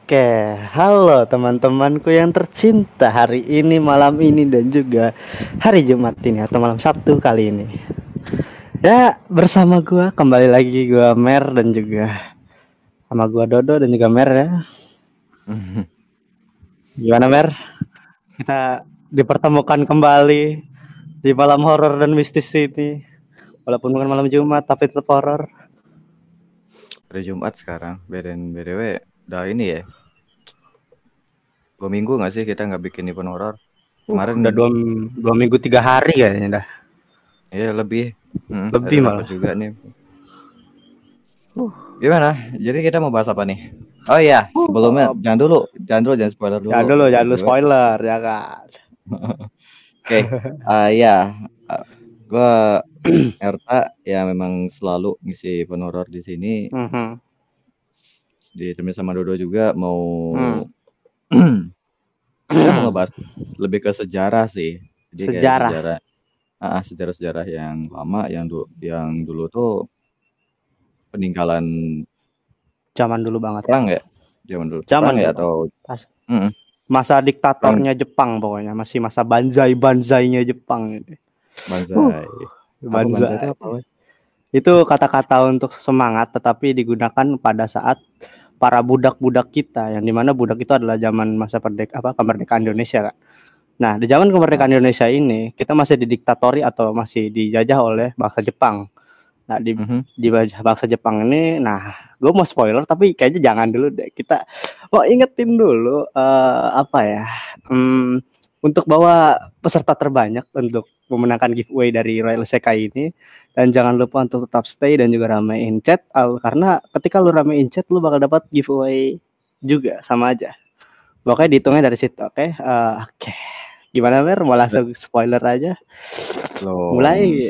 Oke, halo teman-temanku yang tercinta hari ini, malam ini, dan juga hari Jumat ini atau malam Sabtu kali ini. Ya, bersama gua kembali lagi gua Mer dan juga sama gua Dodo dan juga Mer ya. Gimana Mer? Kita dipertemukan kembali di malam horor dan mistis ini. Walaupun bukan malam Jumat tapi tetap horor. Hari Jumat sekarang, BDW, udah ini ya, 2 minggu gak sih kita gak bikin event horor? Udah Kemarin, dua minggu 3 hari kayaknya dah. ya lebih, ada Lebih rapat malah. juga nih. Gimana? Jadi kita mau bahas apa nih? Oh iya, sebelumnya jangan spoiler Jangan dulu, dulu, jangan dulu BDW. spoiler ya kan. Oke, ya, gue Erta ya memang selalu ngisi event horor di sini. Ditemenin sama Dodo juga mau kita mau ngebahas lebih ke sejarah sih. Jadi kayak Sejarah. sejarah-sejarah yang lama yang dulu tuh peninggalan Zaman dulu banget. perang ya, zaman dulu Zaman perang ya dulu atau pas mm, masa perang diktatornya Jepang, pokoknya masih masa banzai-banzainya Jepang ini. Banzai. Apa Banzai itu Banzai. apa? Weh? Itu kata-kata untuk semangat tetapi digunakan pada saat para budak-budak kita, yang dimana budak itu adalah zaman masa kemerdekaan Indonesia kan. Nah, di zaman Nah, kemerdekaan Indonesia ini kita masih didiktatori atau masih dijajah oleh bangsa Jepang. Nah, di bangsa Jepang ini, nah, gue mau spoiler tapi kayaknya jangan dulu deh. Kita mau ingetin dulu apa ya? Untuk bawa peserta terbanyak untuk memenangkan giveaway dari Royal Sekai ini, dan jangan lupa untuk tetap stay dan juga ramein chat karena ketika lu ramein chat lu bakal dapat giveaway juga sama aja. Pokoknya dihitungnya dari situ, oke? Oke. Gimana Mer? Mau langsung spoiler aja? belum Mulai.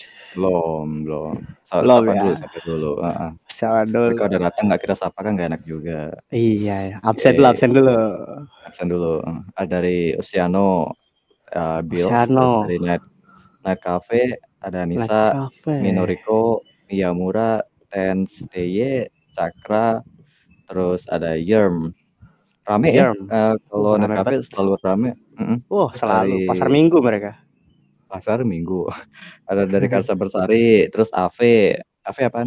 belum Belum sapa dulu ya. sapa dulu. Siapa Mereka dulu? udah datang nggak kita sapa kan nggak enak juga. Iya ya. Absen dulu, Oke, absen dulu. absen dulu. Dari Oceano, Bills, Oceano, terus dari Night Cafe ada Night Nisa, Cafe, Minoriko, Miyamura, Tens TY, Cakra, terus ada Yerm. Rame ya, Yerm. kalau Night Rame Cafe banget. selalu rame. Selalu pasar Dari Minggu mereka. Pasar Minggu. Ada dari Karsa Bersari, terus Ave. Ave apaan?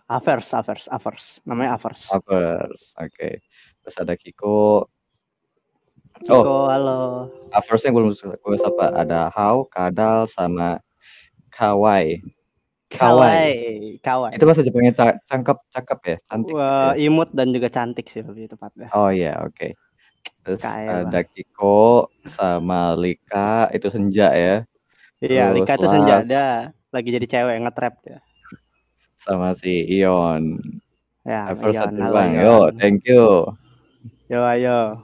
Avers. Namanya Avers. Avers. Oke. Terus ada Kiko. Oh, Kiko, halo. Aversnya gue sapa. Ada Hao, Kadal, sama Kawai. Kawai. Kawai. Itu bahasa Jepangnya cakep ya, cantik gitu Wah, ya. imut dan juga cantik sih lebih tepatnya. Oh iya, oke. Terus Kayak ada bang. Kiko sama Lika, itu Senja ya. Iya, Terus Lika itu Las senjata lagi jadi cewek nge-trap ya. sama si Ion. Ya, First Yon, satu halo doang. Yon. Yo, thank you. Yo, ayo.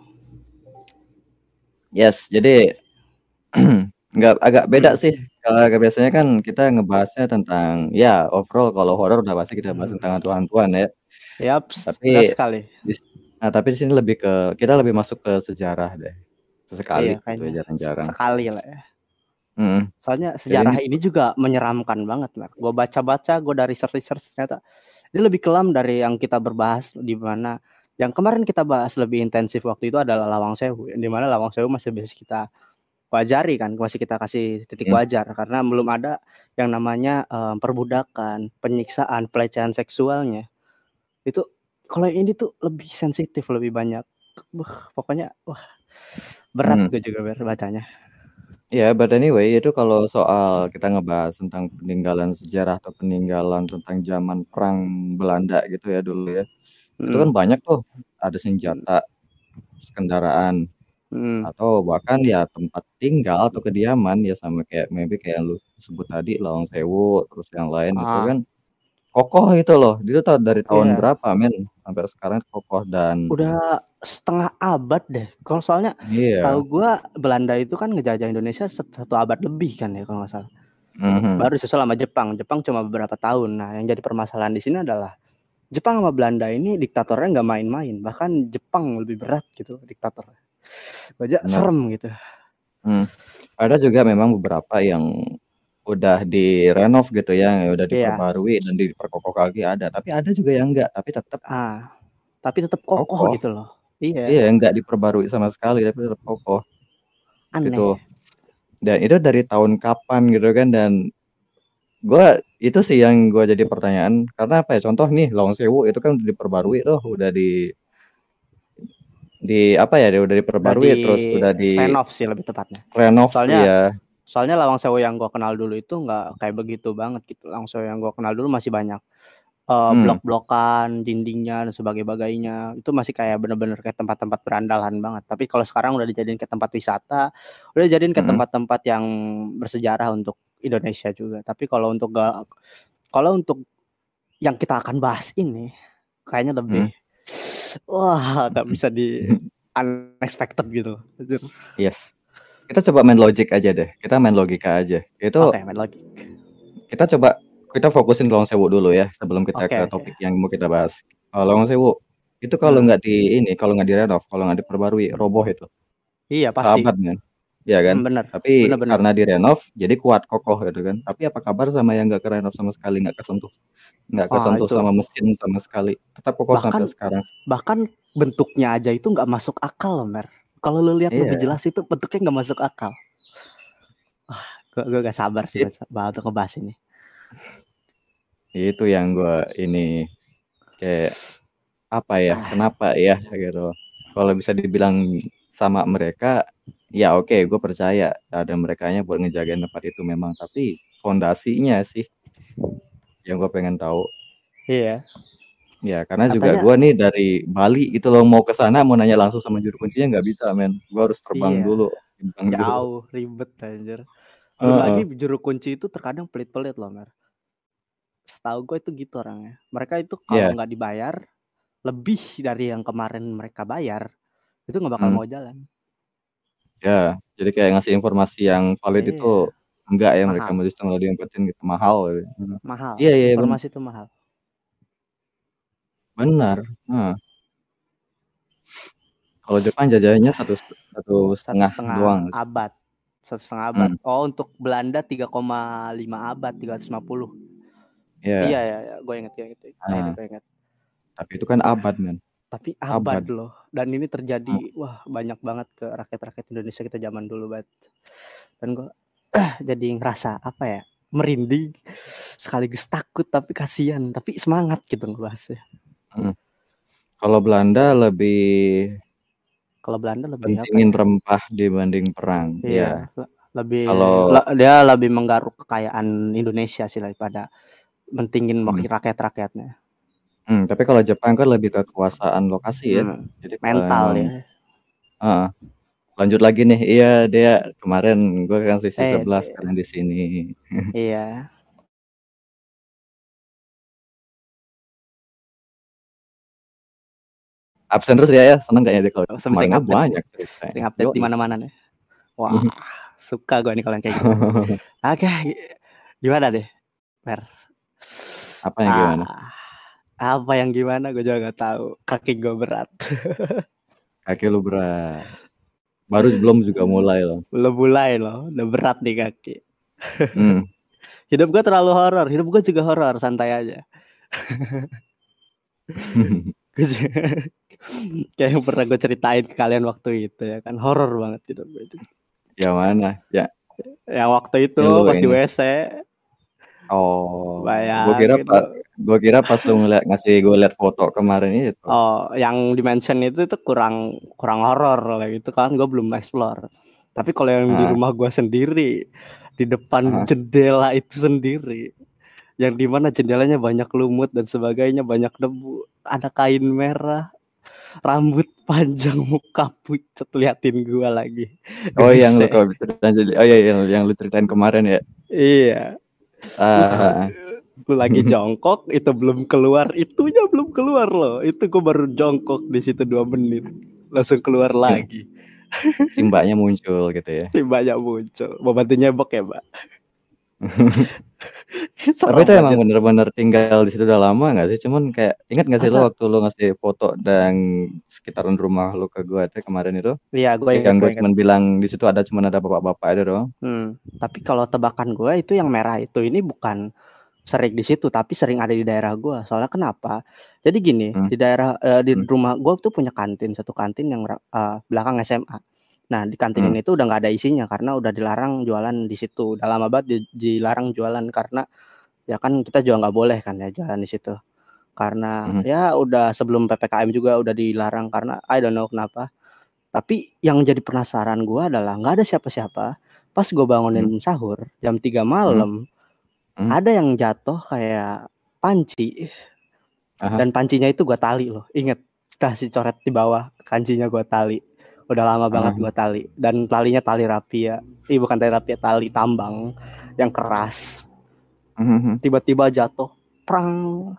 Yes, jadi nggak agak beda sih. Kalau biasanya kan kita ngebahasnya tentang ya overall kalau horor udah pasti kita bahas tentang hantu-hantuan ya. Yaps, benar Tapi sekali. tapi di sini lebih ke kita lebih masuk ke sejarah deh. Iya, Sesekali gitu kayaknya ya, jarang-jarang. sekali lah ya. Mm. Soalnya Jadi ini sejarah ini juga menyeramkan banget lah. Gue baca-baca, gue dari research ternyata ini lebih kelam dari yang kita berbahas, di mana yang kemarin kita bahas lebih intensif waktu itu adalah Lawang Sewu, di mana Lawang Sewu masih bisa kita wajari kan, masih kita kasih titik mm, wajar karena belum ada yang namanya perbudakan, penyiksaan, pelecehan seksualnya. Itu kalau yang ini tuh lebih sensitif, lebih banyak. Pokoknya berat gue juga bacanya. ya, but anyway itu kalau soal kita ngebahas tentang peninggalan sejarah atau peninggalan tentang zaman perang Belanda gitu ya dulu ya. Itu kan banyak tuh, ada senjata, kendaraan, Hmm. atau bahkan ya tempat tinggal atau kediaman ya sama kayak maybe kayak yang lu sebut tadi Lawang Sewu terus yang lain itu Ah, kan kokoh gitu loh. Itu tuh dari tahun iya. berapa men sampai sekarang kokoh dan Udah setengah abad deh. Kalau soalnya setahu iya. gue Belanda itu kan ngejajah Indonesia 1 abad lebih kan ya kalau nggak salah. Mhm. Baru disusul sama Jepang. Jepang cuma beberapa tahun. Nah, yang jadi permasalahan di sini adalah Jepang sama Belanda ini diktatornya nggak main-main. Bahkan Jepang lebih berat gitu diktatornya. Aja Benar. serem gitu. Ada juga memang beberapa yang udah direnov gitu ya, udah Iya. diperbarui dan diperkokoh lagi ada. Tapi ada juga yang enggak, tapi tetap Tapi tetap kokoh kokoh. gitu loh. Iya, nggak diperbarui sama sekali tapi tetap kokoh. Aneh. Gitu. Dan itu dari tahun kapan gitu kan, dan itu sih yang gue jadi pertanyaan, karena apa ya, contoh nih Lawang Sewu itu kan udah diperbarui tuh, udah di apa ya, udah Udah diperbarui terus udah di renov sih lebih tepatnya. renov Soalnya ya. soalnya Lawang Sewu yang gua kenal dulu itu nggak kayak begitu banget gitu. Lawang Sewu yang gua kenal dulu masih banyak blok-blokan, dindingnya dan sebagainya. Itu masih kayak bener-bener kayak tempat-tempat berandalan banget. Tapi kalau sekarang udah dijadiin ke tempat wisata, udah dijadiin ke tempat-tempat yang bersejarah untuk Indonesia juga. Tapi kalau untuk yang kita akan bahas ini kayaknya lebih wah nggak bisa di unexpected gitu. Yes. Kita coba main logik aja deh. Kita main logika aja. Itu main logik. Kita fokusin Lawang Sewu dulu ya sebelum kita ke topik yang mau kita bahas. Lawang Sewu itu kalau nggak direnov, kalau nggak diperbarui, roboh itu. Iya pasti. Sahabat kan. Iya kan? Bener. Tapi bener. karena direnov jadi kuat, kokoh gitu kan. Tapi apa kabar sama yang nggak kerenov sama sekali, nggak kesentuh sama mesin sama sekali, tetap kokoh sampai sekarang. Bahkan bentuknya aja itu nggak masuk akal loh, Mer. Kalau lu lihat lebih jelas itu bentuknya nggak masuk akal. Wah, gue gak sabar sih untuk ngebahas ini. Itu yang gue ini kayak apa ya, kenapa ya gitu. Kalau bisa dibilang sama mereka, ya oke, gue percaya ada merekanya buat ngejagain tempat itu memang, tapi fondasinya sih yang gue pengen tahu. Iya. Ya karena juga gue nih dari Bali gitu loh, mau ke sana mau nanya langsung sama juru kuncinya nggak bisa, men. Gue harus terbang dulu. Jauh, ribet anjir. Belum lagi juru kunci itu terkadang pelit-pelit loh, Mer. Setahu gue itu gitu orangnya. Mereka itu kalau nggak dibayar lebih dari yang kemarin mereka bayar, itu nggak bakal mau jalan. Ya, jadi kayak ngasih informasi yang valid itu enggak ya, mereka justru malah diumpetin gitu, mahal. Mahal. Iya, informasi itu mahal. Benar. Kalau Jepang jajahannya satu setengah doang. Abad. 1,5 abad. Oh, untuk Belanda 3,5 abad, 350. Iya, gue inget. Gue inget. Tapi itu kan abad, men. Tapi abad loh. Dan ini terjadi banyak banget ke rakyat-rakyat Indonesia kita zaman dulu banget. Dan gue jadi ngerasa apa ya, merinding sekaligus takut, tapi kasihan, tapi semangat gitu ngebahasnya. Kalau Belanda lebih pentingin rempah dibanding perang. Iya. Dia lebih menggaruk kekayaan Indonesia sih daripada mentingin rakyat-rakyatnya. Tapi kalau Jepang kan lebih ke kekuasaan lokasi ya. Jadi mental ya. Lanjut lagi nih. Iya, dia kemarin gue kan sisi 11 sekarang di sini. Iya. Absen terus ya, seneng kayaknya deh kalau kemarin banyak. Sering update di mana-mana nih. Wah, suka gue nih kalau yang kayak gitu. Oke, gimana deh, Mer? Apa yang gimana? Apa yang gimana? Gue juga gak tahu. Kaki gue berat. Kaki lu berat. Baru belum juga mulai loh. Belum mulai loh, udah berat nih kaki. Hidup gue terlalu horor. Hidup gue juga horor, santai aja. Kayak yang pernah gue ceritain ke kalian waktu itu ya kan, horor banget hidup gue itu. Yang mana? Ya. Yang waktu itu pas di WC. Oh, gue kira pas lu ngasih gue liat foto kemarin itu. Oh, yang dimention itu kurang horor lah gitu kan, gue belum explore. Tapi kalau yang di rumah gue sendiri, di depan jendela itu sendiri, yang dimana jendelanya banyak lumut dan sebagainya, banyak debu, ada kain merah, rambut panjang, muka pucat, liatin gue lagi. Oh, yang lu ceritain kemarin ya? Iya. Gue lagi jongkok, itu belum keluar, itunya belum keluar loh. Itu gue baru jongkok di situ 2 menit, langsung keluar lagi. Si mbaknya muncul gitu ya? Si mbaknya muncul, mau bantu nyebok ya, Mbak? Tapi itu emang bener-bener tinggal di situ udah lama nggak sih? Cuman kayak ingat nggak sih lo waktu lo ngasih foto dan sekitaran rumah lo ke gue kemarin itu? Iya, gue ingat. Yang gue cuma bilang di situ cuman ada bapak-bapak itu doang. Tapi kalau tebakan gue itu yang merah itu ini bukan sering di situ, tapi sering ada di daerah gue. Soalnya kenapa? Jadi gini, di daerah di rumah gue tuh punya satu kantin yang belakang SMA. Nah di kantin ini tuh udah nggak ada isinya karena udah dilarang jualan di situ. Udah lama banget dilarang jualan karena ya kan kita juga nggak boleh kan ya jualan di situ. Karena ya udah sebelum PPKM juga udah dilarang karena I don't know kenapa. Tapi yang jadi penasaran gue adalah nggak ada siapa-siapa. Pas gue bangunin sahur jam 3 malam, ada yang jatuh kayak panci. Dan pancinya itu gue tali loh. Ingat, kasih coret di bawah, kancinya gue tali. Udah lama banget gue tali. Dan talinya tali rapia. Bukan tali rapia, tali tambang yang keras. Tiba-tiba jatuh, prang.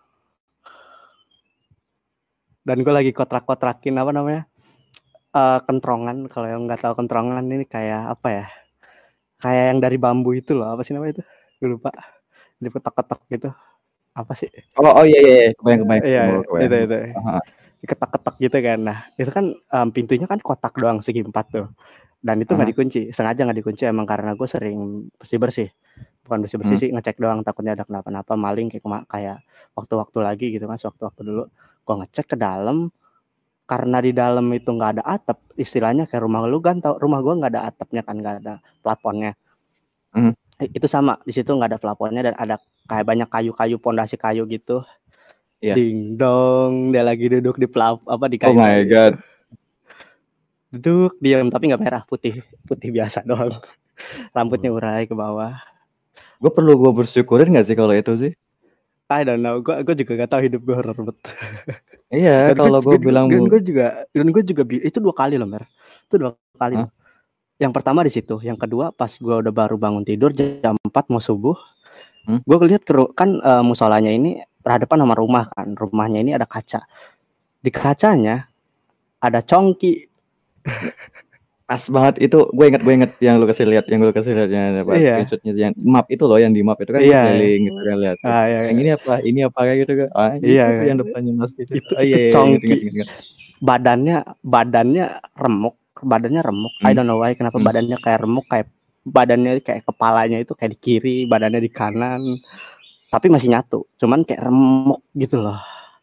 Dan gue lagi kotrak-kotrakin apa namanya, kentrongan. Kalau yang nggak tahu kentrongan ini kayak apa ya, kayak yang dari bambu itu loh, apa sih namanya itu, gue lupa, dipetak-ketak gitu, apa sih, oh iya kebayang iya itu diketak-ketak gitu kan. Nah itu kan pintunya kan kotak doang segi 4 tuh, dan itu nggak dikunci, sengaja nggak dikunci emang karena gue sering bersih bukan bersih sih, ngecek doang takutnya ada kenapa-napa, maling kayak waktu-waktu lagi gitu kan, waktu dulu gue ngecek ke dalam. Karena di dalam itu nggak ada atap, istilahnya kayak rumah lu kan, tau rumah gue nggak ada atapnya kan, nggak ada plafonnya. Itu sama, di situ nggak ada plafonnya dan ada kayak banyak kayu-kayu, pondasi kayu gitu. Ding dong, dia lagi duduk di di kayu. Oh my god. Duduk diam tapi nggak merah, putih biasa doang. Rambutnya urai ke bawah. Gue perlu bersyukurin nggak sih kalau itu sih? I don't know, gue juga gak tahu, hidup gue horor banget. Iya, kalau gue bilang dan gue juga itu 2 kali loh, Mer. Itu 2 kali loh. Yang pertama di situ, yang kedua pas gue udah baru bangun tidur jam 4 mau subuh. Gue lihat kan musolanya ini berhadapan sama rumah kan. Rumahnya ini ada kaca. Di kacanya ada congki. Pas banget itu, gue inget yang lu kasih lihatnya apa, screenshotnya yang map itu loh, yang di map itu kan keliling gitu kan, lihat yang ini apa kayak gitu kan, itu yang depannya Mas itu congki. Inget. badannya remuk I don't know why kenapa badannya kayak remuk, kayak badannya kayak kepalanya itu kayak di kiri, badannya di kanan, tapi masih nyatu, cuman kayak remuk gitu loh.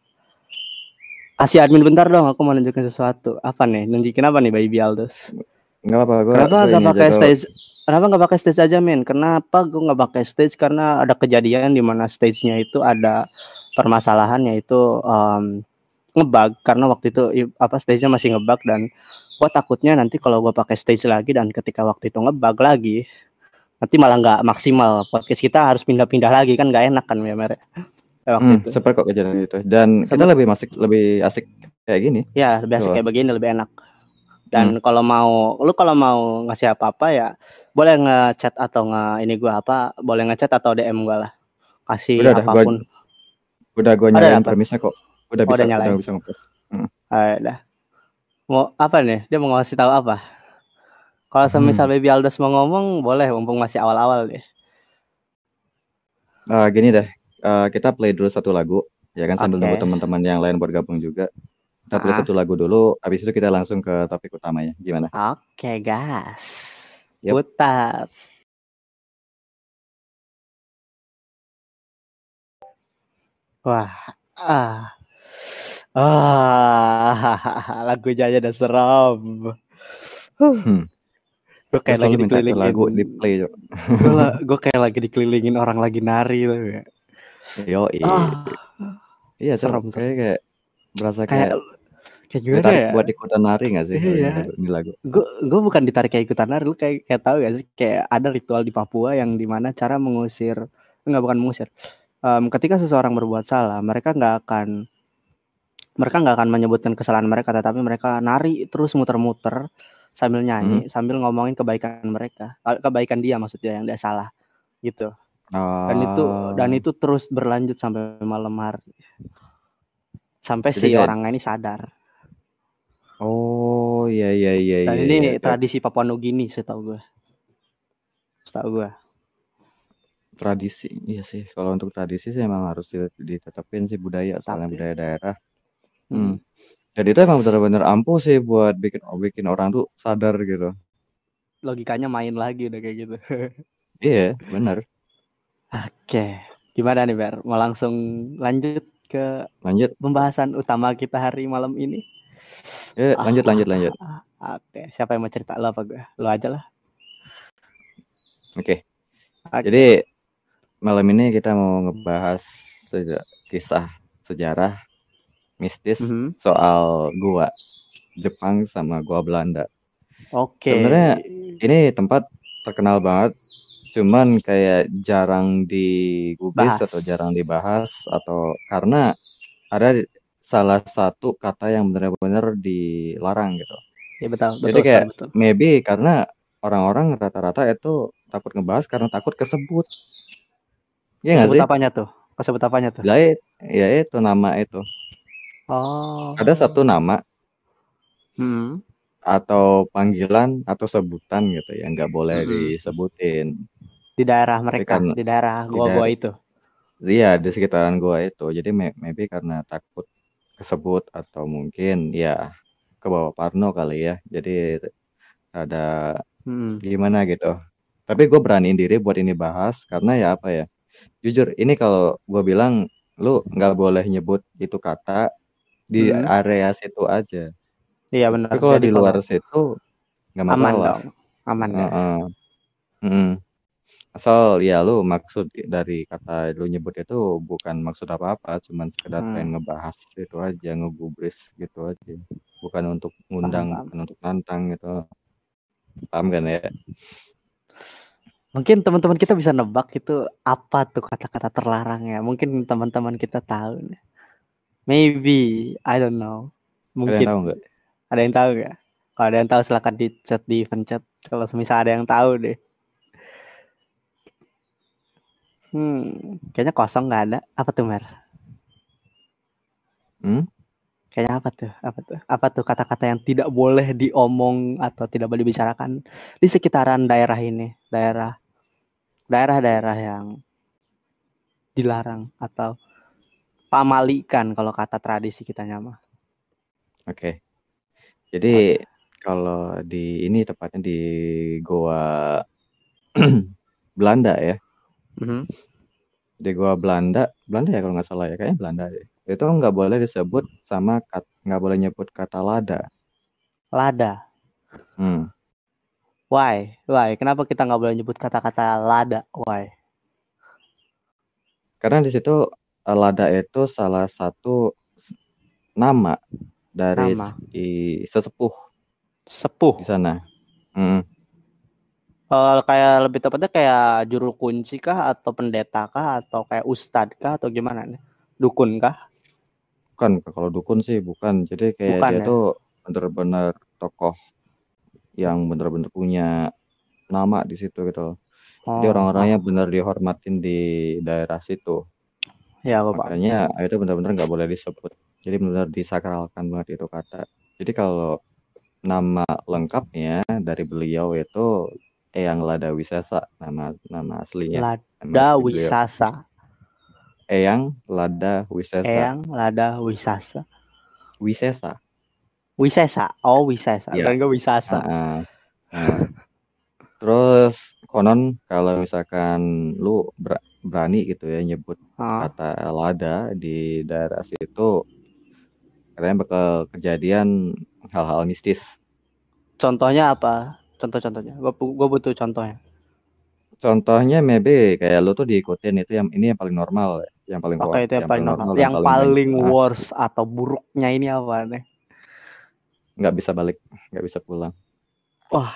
Kasih admin bentar dong, aku mau nunjukin sesuatu. Apa nih? Nunjukin apa nih Baby Aldous? Nggak apa, kenapa nggak pakai stage? Kenapa nggak pakai stage aja, men? Kenapa gue nggak pakai stage? Karena ada kejadian di mana stage-nya itu ada permasalahan, yaitu ngebug. Karena waktu itu stage-nya masih ngebug, dan gue takutnya nanti kalau gue pakai stage lagi dan ketika waktu itu ngebug lagi, nanti malah nggak maksimal. Podcast kita harus pindah-pindah lagi kan, nggak enak kan ya, Mer? Seperti kok kejadian itu. Dan kita lebih asik kayak gini. Ya, lebih asik kayak begini, lebih enak. Dan kalau mau ngasih apa-apa ya boleh ngechat atau boleh ngechat atau DM gue lah, kasih udah, apapun. Udah gue nyalain permisnya kok. Udah bisa ngepost. Udah. Mau apa nih? Dia mau ngasih tahu apa? Kalau semisal Baby Aldous mau ngomong boleh, mumpung masih awal-awal deh. Gini deh, kita play dulu satu lagu ya kan, sambil nunggu teman-teman yang lain buat gabung juga. Kita play satu lagu dulu, habis itu kita langsung ke topik utamanya. Gimana? Oke, gas. Putar. Wah, lagu aja udah seram. Gue kayak lagi dikelilingin lagu di play. Gue kayak lagi dikelilingin orang lagi nari tuh ya. Iya, serem. Kayak berasa kayak gimana ditarik ya? Buat ikutan nari nggak sih? Iya. Ini lagu. Gue bukan ditarik kayak ikutan nari, lu kayak tahu gak sih, kayak ada ritual di Papua yang dimana cara bukan mengusir. Ketika seseorang berbuat salah, mereka nggak akan menyebutkan kesalahan mereka, tetapi mereka nari terus muter-muter sambil nyanyi, sambil ngomongin kebaikan dia maksudnya, yang dia salah gitu. Dan itu terus berlanjut sampai malam hari, sampai si orangnya ini sadar. Oh iya. Dan ini tradisi Papua Nugini setahu gue. Tradisi, iya sih. Kalau untuk tradisi sih emang harus ditetapin sih, budaya, soalnya budaya daerah. Jadi itu emang benar-benar ampuh sih buat bikin orang tuh sadar gitu. Logikanya main lagi udah kayak gitu. Iya, benar. Oke, Gimana nih Ber? Mau langsung lanjut ke Lanjut. pembahasan utama kita hari malam ini? Lanjut. Oke. Siapa yang mau cerita? Lo apa gue? Lo aja lah. Oke. Oke. Jadi malam ini kita mau ngebahas kisah sejarah mistis soal gua Jepang sama gua Belanda. Oke. Sebenarnya ini tempat terkenal banget, cuman kayak jarang digubris atau jarang dibahas, atau karena ada salah satu kata yang benar-benar dilarang gitu. Ya betul. Jadi kayak betul. maybe karena orang-orang rata-rata itu takut ngebahas karena takut kesebut. Iya nggak sih? Kesebut apanya tuh? Ya itu nama itu. Oh. Ada satu nama atau panggilan atau sebutan gitu yang nggak boleh disebutin di daerah mereka, di daerah gua itu. Iya, di sekitaran gua itu. Jadi maybe karena takut kesebut atau mungkin ya kebawa parno kali ya. Jadi ada gimana gitu. Tapi gue beraniin diri buat ini bahas karena ya apa ya. Jujur ini kalau gue bilang lu nggak boleh nyebut itu kata di area situ aja. Iya benar. Tapi kalau di luar situ nggak masalah. Aman dong. Asal ya lu maksud dari kata lu nyebut itu bukan maksud apa-apa, cuman sekedar pengen ngebahas itu aja, ngegubris gitu aja. Bukan untuk ngundang, bukan untuk nantang gitu. Paham kan ya? Mungkin teman-teman kita bisa nebak itu apa tuh kata-kata terlarang ya. Mungkin teman-teman kita tahu. Maybe, I don't know. Mungkin. Ada yang tahu nggak? Ada yang tahu nggak? Kalau ada yang tahu silakan di chat, di event chat. Kalau misal ada yang tahu deh. Kayaknya kosong nggak ada. Apa tuh Mer? Kayaknya apa tuh kata-kata yang tidak boleh diomong atau tidak boleh dibicarakan di sekitaran daerah ini, daerah-daerah yang dilarang atau pamalikan kalau kata tradisi kita nyama. Oke. Jadi kalau di ini tepatnya di Goa Belanda ya. Di Goa Belanda ya kalau nggak salah ya, kayaknya Belanda ya. Itu nggak boleh disebut sama nggak boleh nyebut kata lada. Why? Kenapa kita nggak boleh nyebut kata-kata lada? Why? Karena di situ lada itu salah satu nama dari sesepuh di sana. Kayak lebih tepatnya kayak juru kunci kah atau pendeta kah atau kayak ustadz kah atau gimana nih? Dukun kah? Bukan, kalau dukun sih bukan. Jadi kayak dia tuh bener-bener tokoh yang bener-bener punya nama di situ gitu loh. Jadi orang-orangnya bener dihormatin di daerah situ. Ya, makanya itu benar-benar nggak boleh disebut. Jadi benar-benar disakralkan banget itu kata. Jadi kalau nama lengkapnya dari beliau itu Eyang Lada Wisesa, nama aslinya. Lada Wisasa. Eyang Lada Wisesa. Wisesa. Oh, Wisesa. Ya. Bukan gue Wisasa. Terus konon kalau misalkan lu berani gitu ya nyebut kata lada di daerah situ, katanya bakal kejadian hal-hal mistis. Contohnya apa? Contohnya. Gue butuh contohnya. Contohnya maybe kayak lu tuh diikutin itu yang paling normal, yang paling itu yang paling normal. yang paling worst atau buruknya ini apa nih? Nggak bisa balik, nggak bisa pulang. Wah.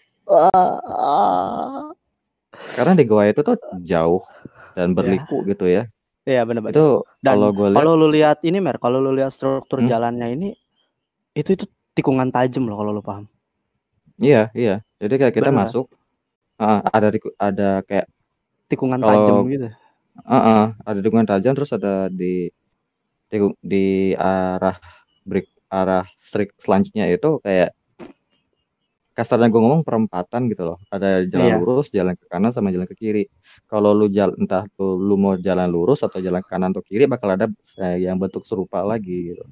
Karena di gua itu tuh jauh dan berliku gitu ya. Iya benar. Itu kalau gue lihat. Kalau lu lihat ini Mer, kalau lu lihat struktur jalannya ini, itu tikungan tajam loh kalau lu paham. Iya. Jadi kayak kita masuk, ada kayak tikungan tajam gitu. Ada tikungan tajam, terus ada di arah selanjutnya itu kayak kasarnya gue ngomong perempatan gitu loh. Ada jalan lurus, jalan ke kanan sama jalan ke kiri. Kalau lu entah tuh lu mau jalan lurus atau jalan ke kanan atau kiri, bakal ada yang bentuk serupa lagi gitu.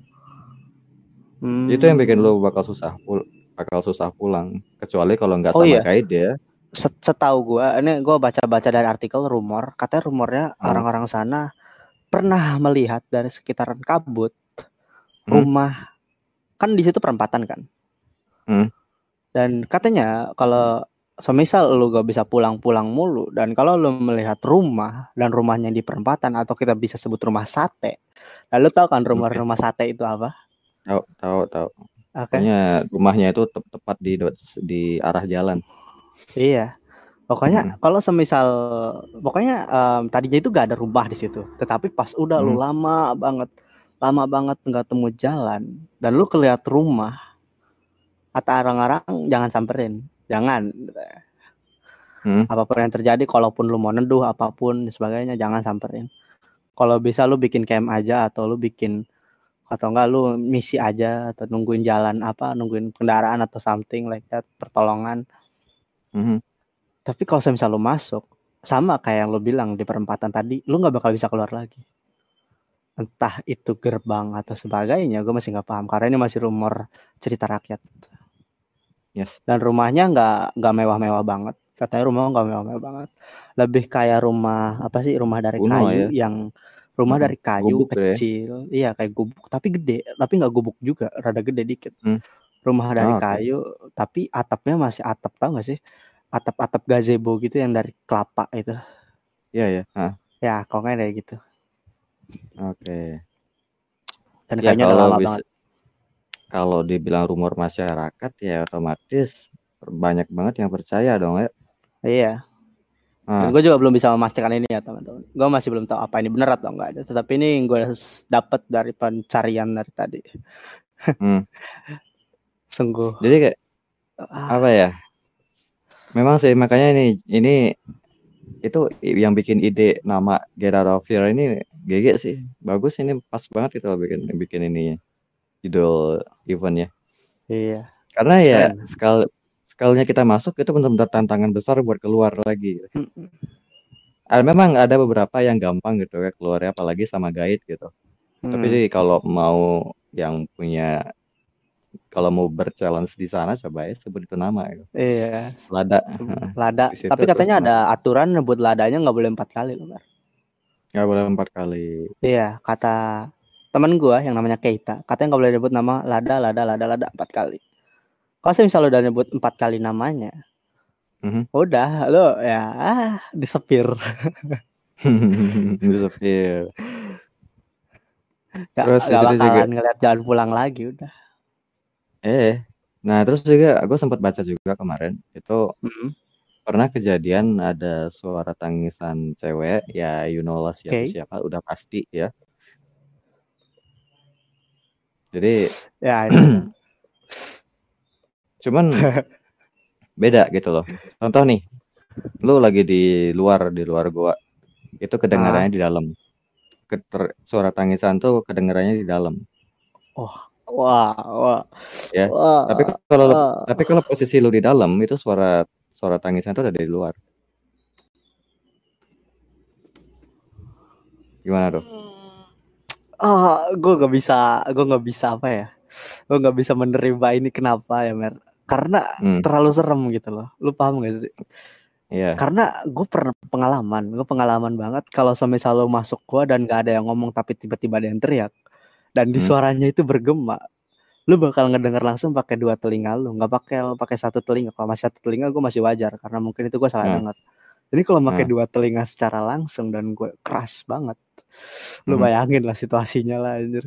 Itu yang bikin lu bakal susah pulang, kecuali kalau nggak sama guide ya. setahu gue baca-baca dari artikel rumor, katanya rumornya orang-orang sana pernah melihat dari sekitaran Kabut rumah, kan di situ perempatan kan. Dan katanya kalau semisal lu gak bisa pulang-pulang mulu, dan kalau lu melihat rumah dan rumahnya di perempatan, atau kita bisa sebut rumah sate. Lalu tahu kan rumah sate itu apa? Tahu. Okay. Pokoknya rumahnya itu tepat di arah jalan. Iya. Pokoknya kalau semisal pokoknya tadinya itu gak ada rumah di situ, tetapi pas udah lu lama banget nggak temu jalan dan lu kelihat rumah, kata orang-orang jangan samperin, jangan. Apapun yang terjadi, kalaupun lu mau neduh apapun sebagainya, jangan samperin. Kalau bisa lu bikin camp aja, atau lu bikin, atau enggak lu misi aja, atau nungguin jalan nungguin kendaraan atau something like that, pertolongan. Tapi kalau misal lu masuk, sama kayak yang lu bilang di perempatan tadi, lu nggak bakal bisa keluar lagi. Entah itu gerbang atau sebagainya, gue masih nggak paham karena ini masih rumor cerita rakyat. Yes. Dan rumahnya nggak mewah-mewah banget. Katanya rumah nggak mewah-mewah banget. Lebih kayak rumah rumah dari kayu ya? Rumah dari kayu gubuk kecil. Ya? Iya kayak gubuk tapi gede, tapi nggak gubuk juga, rada gede dikit. Rumah dari kayu tapi atapnya masih atap, tau nggak sih? Atap gazebo gitu yang dari kelapa itu. Iya. Ya, kayaknya kayak gitu. Oke. Dan kayaknya udah lama banget. Kalau dibilang rumor masyarakat ya otomatis banyak banget yang percaya dong ya. Iya. Dan gue juga belum bisa memastikan ini ya teman-teman. Gue masih belum tahu apa ini benar atau enggak. Tetapi ini gue dapat dari pencarian dari tadi. Sungguh. Jadi kayak apa ya? Memang sih makanya ini itu yang bikin ide nama Get Out of Fear ini GG sih. Bagus, ini pas banget itu bikin ini judul eventnya. Iya. Karena ya sekalinya kita masuk itu benar-benar tantangan besar buat keluar lagi. Memang ada beberapa yang gampang gitu ya keluarnya, apalagi sama guide gitu. Tapi sih kalau mau ber-challenge di sana, coba ya sebut itu nama gitu. Iya. Lada. Tapi katanya ada aturan nyebut ladanya nggak boleh 4 kali loh. Nggak boleh 4 kali. Iya, kata teman gue yang namanya Keita, katanya nggak boleh nyebut nama lada 4 kali. Kalau misalnya udah nyebut 4 kali namanya, udah lo ya disepir. Disepir. Terus gak bakalan ngeliat jalan pulang lagi udah. Nah terus juga gue sempat baca juga kemarin itu pernah kejadian ada suara tangisan cewek, ya you know lah siapa udah pasti ya. Jadi ya cuman beda gitu loh. Contoh nih, lu lagi di luar gua, itu kedengarannya di dalam. Suara tangisan tuh kedengarannya di dalam. Wah. Ya. Tapi kalau posisi lu di dalam, itu suara tangisan tuh ada di luar. Gimana tuh? Gue nggak bisa apa ya? Gue nggak bisa menerima ini, kenapa ya Mer? Karena terlalu serem gitu loh. Lu paham gak sih? Iya. Karena gue pernah pengalaman banget kalau semisal lu masuk gua dan gak ada yang ngomong tapi tiba-tiba ada yang teriak dan di suaranya itu bergema, lu bakal ngedenger langsung pakai 2 telinga lu, nggak pakai 1 telinga. Kalau masih 1 telinga gue masih wajar karena mungkin itu gue salah dengar. Jadi kalau pakai 2 telinga secara langsung dan gue keras banget, lu bayangin lah situasinya lah anjir.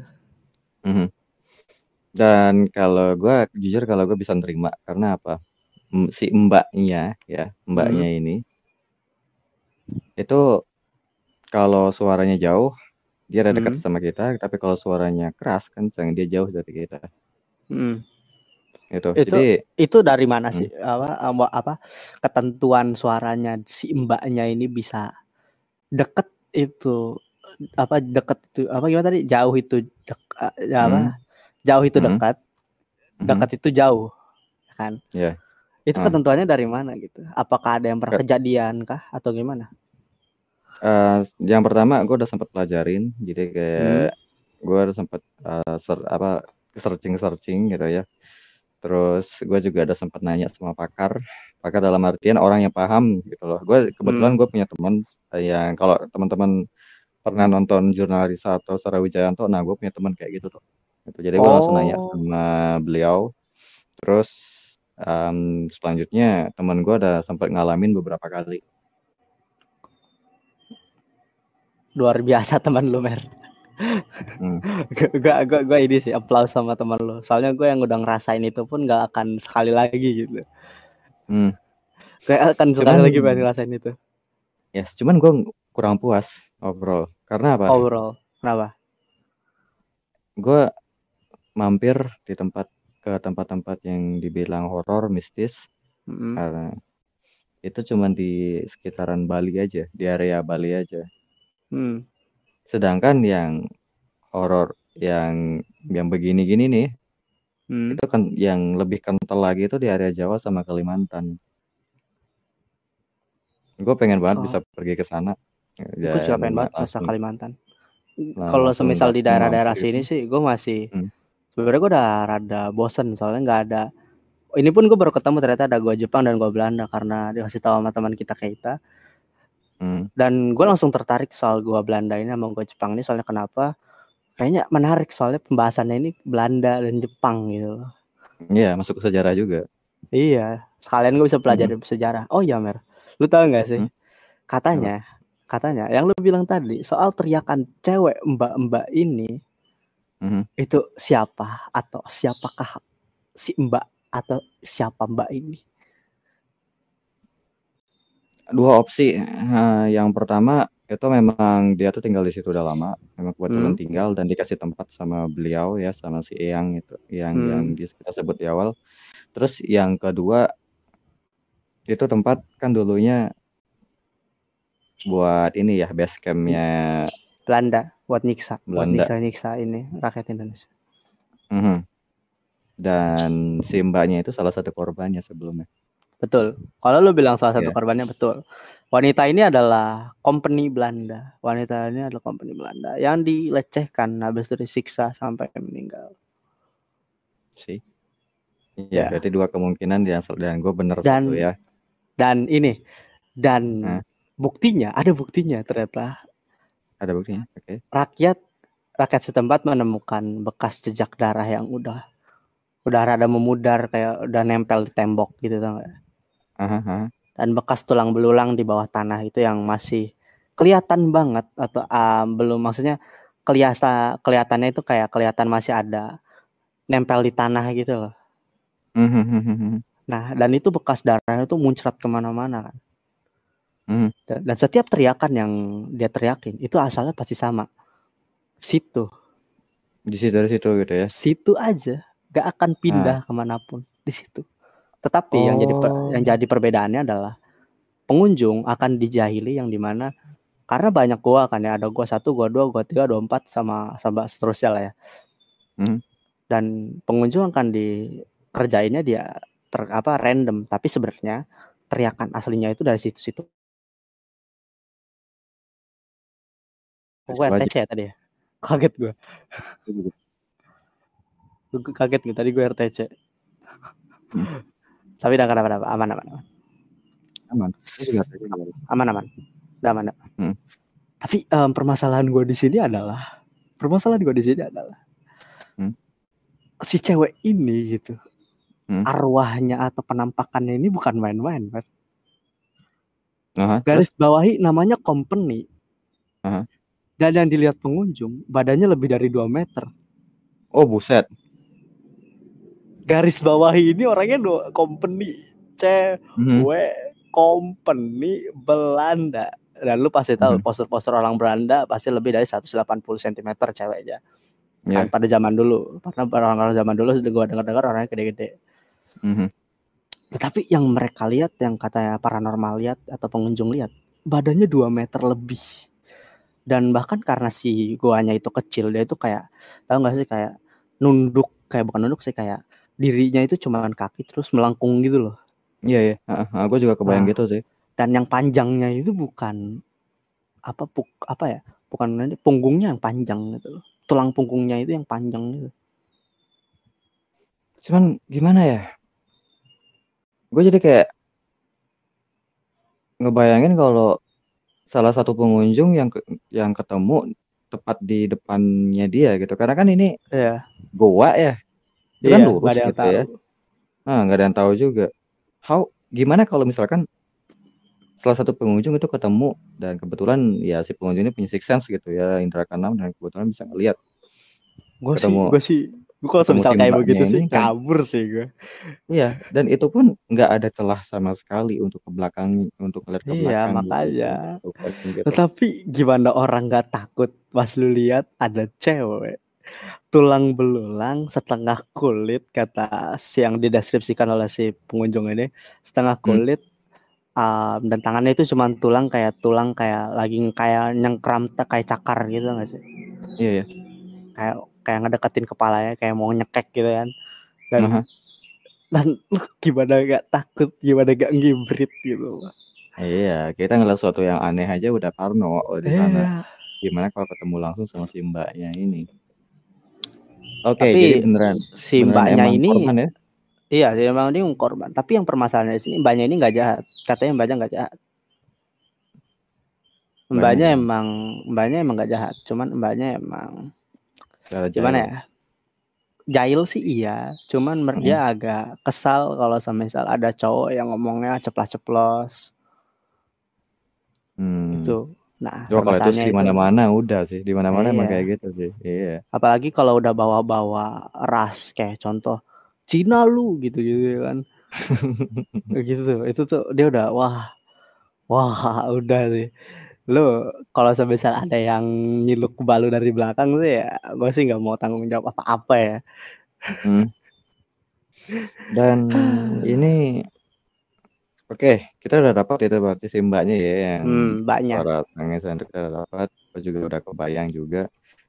Dan kalau gue jujur gue bisa nerima karena apa? Si mbaknya ini itu kalau suaranya jauh dia ada dekat sama kita, tapi kalau suaranya keras kencang dia jauh dari kita. Itu dari mana sih apa ketentuan suaranya si mbaknya ini bisa deket itu dekat itu gimana tadi, jauh itu jauh itu dekat, dekat itu jauh kan? Itu ketentuannya dari mana gitu? Apakah ada yang pernah kejadian kah atau gimana? Yang pertama gue udah sempat pelajarin, jadi kayak gue udah sempat searching gitu ya. Terus gue juga ada sempat nanya sama pakar dalam artian orang yang paham gitu loh. Gue kebetulan gue punya teman yang kalau teman-teman pernah nonton Jurnalisa atau Sarah Wijayanto, nah gue punya teman kayak gitu tuh. Gitu. Jadi gue langsung nanya sama beliau. Terus selanjutnya teman gue ada sempat ngalamin beberapa kali. Luar biasa teman lu, Mer. Gue ini sih aplaus sama teman lu. Soalnya gue yang udah ngerasain itu pun gak akan sekali lagi gitu. Gue akan sekali lagi pengen ngerasain itu. Yes, cuman gue kurang puas overall. Karena apa? Overall, kenapa? Gue mampir ke tempat-tempat yang dibilang horor, mistis. Karena itu cuma di sekitaran Bali aja, di area Bali aja. Sedangkan yang horor yang begini-gini nih, itu kan yang lebih kental lagi itu di area Jawa sama Kalimantan. Gue pengen banget bisa pergi ke sana. Gue juga pengen banget ke Kalimantan. Kalau semisal di daerah-daerah sini sih, gue masih sebenarnya gue udah rada bosen soalnya nggak ada. Ini pun gue baru ketemu ternyata ada gua Jepang dan gua Belanda karena dikasih tahu sama teman kita. Dan gue langsung tertarik soal gua Belanda ini sama gua Jepang ini soalnya kenapa? Kayaknya menarik soalnya pembahasannya ini Belanda dan Jepang gitu. Iya, masuk ke sejarah juga. Iya, sekalian gue bisa pelajari sejarah. Oh iya, Mer, lu tahu nggak sih? Katanya yang lu bilang tadi soal teriakan cewek mbak-mbak ini itu siapa atau siapakah si mbak atau siapa mbak ini? Dua opsi. Yang pertama itu memang dia tuh tinggal di situ udah lama, memang kebetulan tinggal dan dikasih tempat sama beliau ya, sama si Eyang itu yang kita sebut di awal. Terus yang kedua itu tempat kan dulunya buat ini ya, base campnya Belanda buat nyiksa, Belanda. buat nyiksa ini rakyat Indonesia. Dan si mbaknya itu salah satu korbannya sebelumnya. Betul. Kalau lu bilang salah satu korbannya betul. Wanita ini adalah company Belanda. Wanita ini adalah company Belanda yang dilecehkan habis itu disiksa sampai meninggal. Sih. Ya, berarti dua kemungkinan dan gue bener satu ya. Dan ini buktinya, ada buktinya ternyata. Ada buktinya. Oke. Rakyat setempat menemukan bekas jejak darah yang udah rada memudar kayak udah nempel di tembok gitu tau gak? Dan bekas tulang belulang di bawah tanah itu yang masih kelihatan banget atau belum, maksudnya kelihatannya itu kayak kelihatan masih ada nempel di tanah gitu loh. Nah, dan itu bekas darahnya itu muncrat kemana-mana kan. Dan setiap teriakan yang dia teriakin itu asalnya pasti sama. Situ. Dari situ gitu ya. Situ aja, gak akan pindah kemanapun di situ. Tetapi yang jadi perbedaannya adalah pengunjung akan dijahili yang dimana karena banyak gua kan ya, ada gua 1, gua 2, gua 3, gua 4 sama seterusnya lah ya. Dan pengunjung akan dikerjainnya dia random, tapi sebenarnya teriakan aslinya itu dari situ-situ. Gue RTC ya tadi ya. Kaget gue. Kaget gue tadi gue RTC. Tapi udah kenapa-napa, aman. Aman. Tapi permasalahan gue di sini adalah si cewek ini gitu. Arwahnya atau penampakannya ini bukan main-main, kan? Garis bawahi namanya company. Dan yang dilihat pengunjung badannya lebih dari 2 meter. Oh buset. Garis bawahi ini orangnya company cewek company Belanda. Dan lu pasti tahu poster-poster orang Belanda pasti lebih dari 180 cm ceweknya. Kan pada zaman dulu. Karena orang-orang zaman dulu gue dengar-dengar orangnya gede-gede. Tetapi yang mereka lihat, yang katanya paranormal lihat atau pengunjung lihat, badannya 2 meter lebih. Dan bahkan karena si goanya itu kecil, dia itu kayak, tahu gak sih, kayak nunduk, kayak bukan nunduk sih, kayak dirinya itu cuma kaki terus melengkung gitu loh. Iya. Gue juga kebayang gitu sih. Dan yang panjangnya itu bukan bukan punggungnya yang panjang gitu loh. Tulang punggungnya itu yang panjang gitu. Cuman gimana ya? Gue jadi kayak ngebayangin kalau salah satu pengunjung yang ketemu tepat di depannya dia gitu. Karena kan ini Iya, goa ya, itu kan iya, nggak lurus ada yang gitu tahu. ya. Nah, nggak ada yang tahu juga. Gimana kalau misalkan salah satu pengunjung itu ketemu dan kebetulan ya si pengunjung ini punya six sense gitu ya, indra keenam, dan kebetulan bisa ngelihat ketemu Gue kalau ketemu misal si kayak mbaknya begitu sih ini. Dan kabur sih gue. iya, dan itu pun nggak ada celah sama sekali untuk ke belakang, untuk ngeliat ke Iya, belakang gitu, makanya. bukan gitu. Tetapi gimana orang nggak takut pas lu lihat ada cewek tulang belulang setengah kulit, kata si yang dideskripsikan oleh si pengunjung ini, setengah Hmm, kulit, dan tangannya itu cuma tulang kayak lagi kayak nyengkram kayak cakar gitu nggak sih, iya ya. kayak kayak ngedeketin kepalanya kayak mau nyekek gitu kan. dan Aha. dan lu gimana gak takut, gimana gak ngibrit gitu. Iya, kita ngeliat sesuatu yang aneh aja udah parno di sana. Iya, Gimana kalau ketemu langsung sama si mbaknya ini? Oke, jadi tapi beneran si beneran mbaknya emang ini, korban ya? iya dia memang dia korban, tapi yang permasalahannya di sini mbaknya ini nggak jahat, katanya mbaknya nggak jahat. Mbaknya Mbaknya aja emang mbaknya emang nggak jahat, cuman mbaknya emang cara gimana jahil. ya, jahil sih iya, cuman dia Heeh. agak kesal kalau misal ada cowok yang ngomongnya ceplas-ceplos Hmm. gitu. Nah Oh, kalau itu sih permasalahannya di itu, mana-mana udah sih, di mana-mana emang kayak iya, gitu sih. Iya. apalagi kalau udah bawa-bawa ras kayak contoh Cina lu gitu gitu kan, gitu tuh, itu tuh dia udah wah, wah udah sih. Lu kalau misal ada yang nyiluk balu dari belakang sih ya gue sih nggak mau tanggung jawab apa-apa ya. Hmm. Dan ini oke, kita udah dapat itu berarti si mbaknya ya, yang Mbaknya suara tangisan itu kita udah dapat, aku juga udah kebayang juga.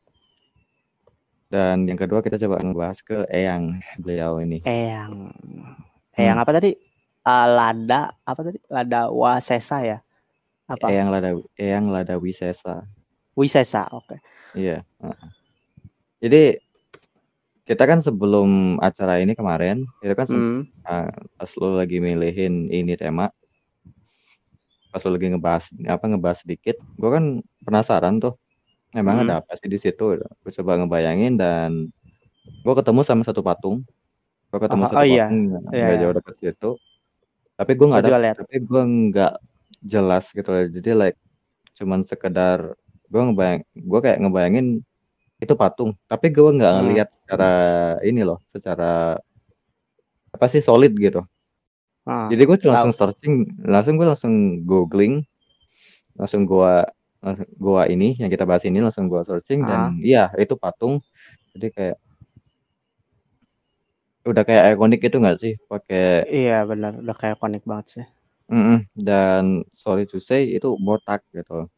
Dan yang kedua kita coba ngebahas ke Eyang beliau ini. Eyang, Eyang Hmm. apa tadi? Lada apa tadi? Lada Wasesa ya? Apa? Eyang Ladawi Sesa. Wisesa, oke. Iya. Heeh. Jadi kita kan sebelum acara ini kemarin, itu kan Hmm, pas lu lagi milihin ini tema, pas lu lagi ngebahas sedikit, gue kan penasaran tuh, emang hmm. ada apa sih di situ? Gue coba ngebayangin dan gue ketemu sama satu patung. Gue ketemu Oh, oh satu iya, patung iya, nggak iya. jauh dekat situ. Gue juga lihat. Tapi gue nggak jelas gitu loh. Jadi like cuman sekedar gue kayak ngebayangin itu patung. Tapi gue nggak Hmm. ngelihat secara ini loh, secara apa sih solid gitu. Ah, Jadi gue langsung tahu. searching, gue langsung googling, langsung gua ini yang kita bahas ini langsung gua searching dan Ah, iya itu patung. Jadi kayak udah kayak ikonik itu nggak sih pakai. iya benar, udah kayak konik banget sih. Dan sorry to say itu botak gitu.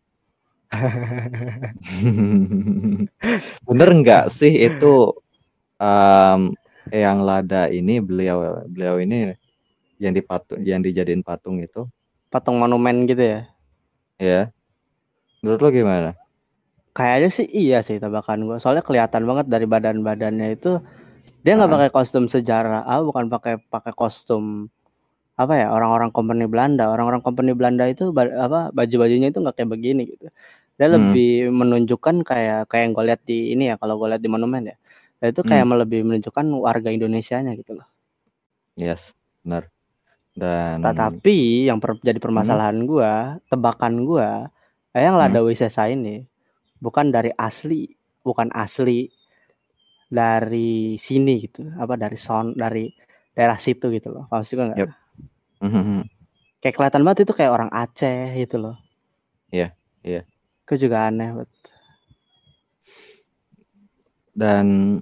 Bener nggak sih itu um, yang lada ini beliau beliau ini yang dijadiin patung itu Patung monumen gitu ya. ya, menurut lo gimana? Kayaknya sih iya sih tebakan gue. Soalnya kelihatan banget dari badan-badannya itu dia nggak Heeh. pakai kostum sejarah, bukan pakai pakai kostum apa ya, orang-orang company Belanda. Orang-orang company Belanda itu baju-bajunya itu nggak kayak begini gitu. Dia Hmm, lebih menunjukkan kayak kayak yang gue lihat di ini ya, kalau gue lihat di monumen ya. Itu hmm, kayak lebih menunjukkan warga Indonesianya gitu loh. yes, benar. Dan Tetapi yang jadi hmm, permasalahan gue, tebakan gue, yang hmm, Lada Wisesa ini bukan dari asli, bukan asli dari sini gitu, apa dari dari daerah situ gitu loh. Paham sih gue nggak? yep. Mhm. Kayak kelihatan banget itu kayak orang Aceh gitu loh. Iya, iya. Gue juga aneh banget. Dan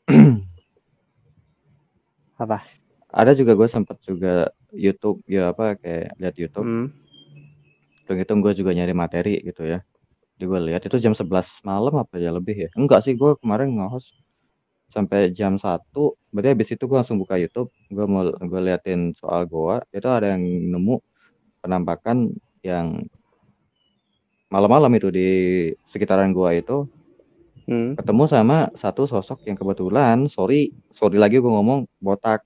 Apa? ada juga gue sempat juga YouTube ya apa kayak lihat YouTube. Hmm. Hitung-hitung gue juga nyari materi gitu ya. Jadi gue lihat itu jam 11 malam apa ya lebih ya. Enggak sih, gue kemarin nge-host sampai jam 1. Berarti habis itu gue langsung buka YouTube. Gue liatin soal goa. Itu ada yang nemu penampakan yang malam-malam itu di sekitaran goa itu ketemu sama satu sosok yang kebetulan sorry lagi gue ngomong botak.